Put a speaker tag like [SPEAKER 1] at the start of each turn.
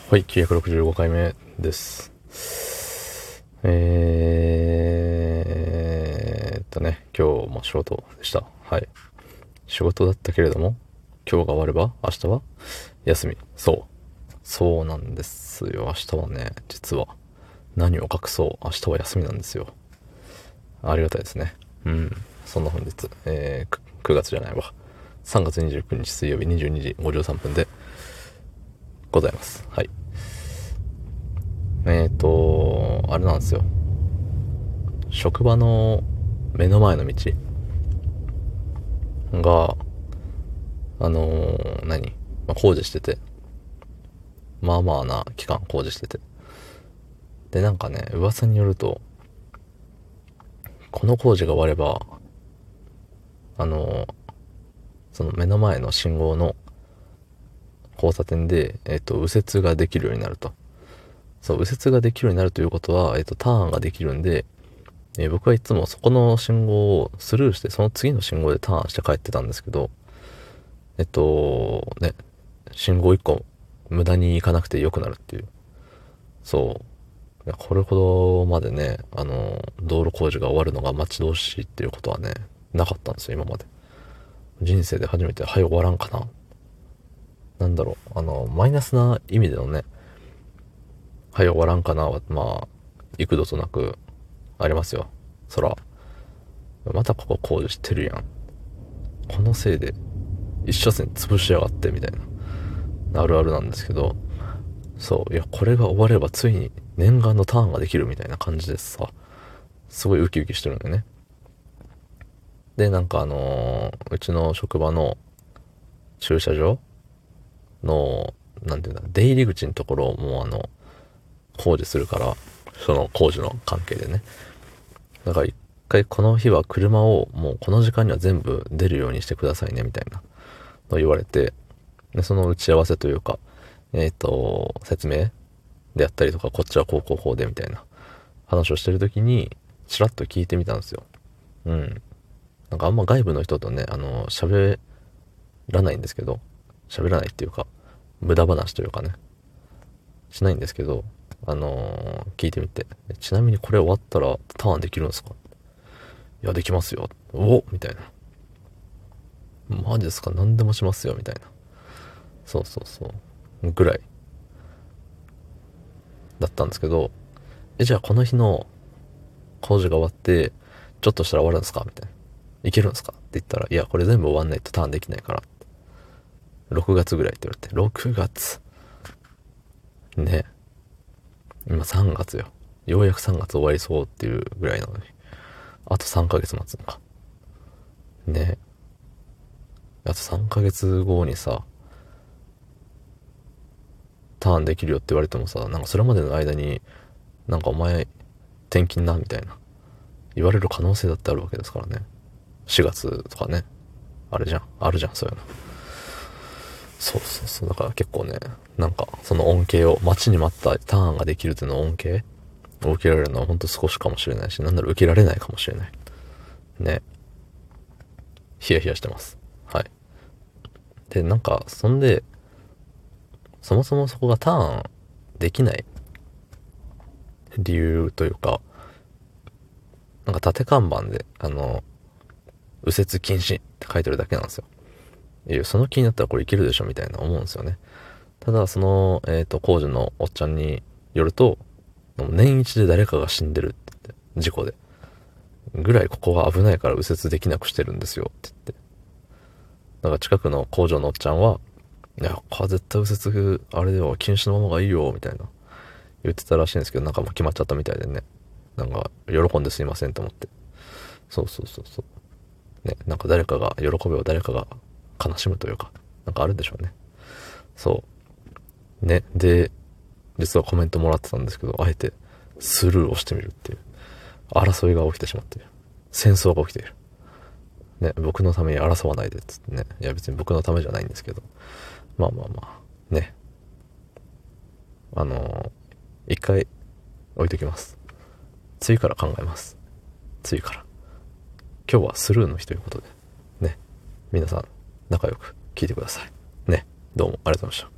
[SPEAKER 1] はい、965回目です。今日も仕事でした。はい。仕事だったけれども、今日が終われば、明日は休み。そう。そうなんですよ。明日はね、実は、何を隠そう、明日は休みなんですよ。ありがたいですね。うん。そんな本日、9月じゃないわ。3月29日水曜日22時53分でございます。はい。あれなんですよ。職場の目の前の道が、工事してて、まあまあな期間工事してて。で、なんかね、噂によると、この工事が終われば、あのーその目の前の信号の交差点で、右折ができるようになると。そう、右折ができるようになるということは、ターンができるんで、僕はいつもそこの信号をスルーして、その次の信号でターンして帰ってたんですけど、信号1個無駄に行かなくて良くなるっていう。そう。いやこれほどまでね、道路工事が終わるのが待ち遠しいっていうことはね、なかったんですよ、今まで。人生で初めて、はい、終わらんかな。なんだろう、マイナスな意味でのね、はい、終わらんかなは、まあ、幾度となくありますよ。そら、またここ工事してるやん。このせいで、一車線潰しやがって、みたいな、あるあるなんですけど、そう、いや、これが終わればついに念願のターンができるみたいな感じでさ、すごいウキウキしてるんだよね。で、うちの職場の駐車場の、なんていうんだ、出入り口のところをもう工事するから、その工事の関係でね。だから一回この日は車をもうこの時間には全部出るようにしてくださいね、みたいなのを言われて、で、その打ち合わせというか、説明であったりとか、こっちはこうこうこうで、みたいな話をしてるときに、ちらっと聞いてみたんですよ。うん。なんかあんま外部の人とね、喋らないんですけど、喋らないっていうか、無駄話というかね、しないんですけど、聞いてみて、ちなみにこれ終わったらターンできるんですか？いや、できますよ。おみたいな。マジですか？何でもしますよ、みたいな。そうそうそう。ぐらいだったんですけど、じゃあこの日の工事が終わって、ちょっとしたら終わるんですかみたいな。いけるんですかって言ったら、いや、これ全部終わんないとターンできないから。6月ぐらいって言われて、6月。ね。今3月よ。ようやく3月終わりそうっていうぐらいなのに。あと3ヶ月待つのか。ね。あと3ヶ月後にさ、ターンできるよって言われてもさ、なんかそれまでの間に、なんかお前、転勤なみたいな。言われる可能性だってあるわけですからね。4月とかね。あれじゃん。あるじゃん、そういうの。そうそうそう。だから結構ね、なんか、その恩恵を、待ちに待ったターンができるっていうの恩恵を受けられるのはほんと少しかもしれないし、なんなら受けられないかもしれない。ね。ヒヤヒヤしてます。はい。で、なんか、そんで、そもそもそこがターンできない理由というか、なんか縦看板で、右折禁止って書いてるだけなんですよ。その気になったらこれいけるでしょみたいな思うんですよね。ただ、その、工事のおっちゃんによると、年一で誰かが死んでるって言って、事故で。ぐらいここが危ないから右折できなくしてるんですよって言って。だから近くの工場のおっちゃんは、いや、これ絶対右折、あれでは禁止のままがいいよ、みたいな言ってたらしいんですけど、なんかもう決まっちゃったみたいでね。なんか、喜んですいませんと思って。そうそうそうそう。ね、なんか誰かが喜べば誰かが悲しむというか、なんかあるんでしょうね。そう。ね、で、実はコメントもらってたんですけど、あえてスルーをしてみるっていう。争いが起きてしまっている。戦争が起きている。ね、僕のために争わないでっつってね。いや別に僕のためじゃないんですけど。まあまあまあ。ね。あの一回置いときます。次から考えます。次から。今日はスルーの日ということで。ね。皆さん、仲良く聞いてください。ね。どうもありがとうございました。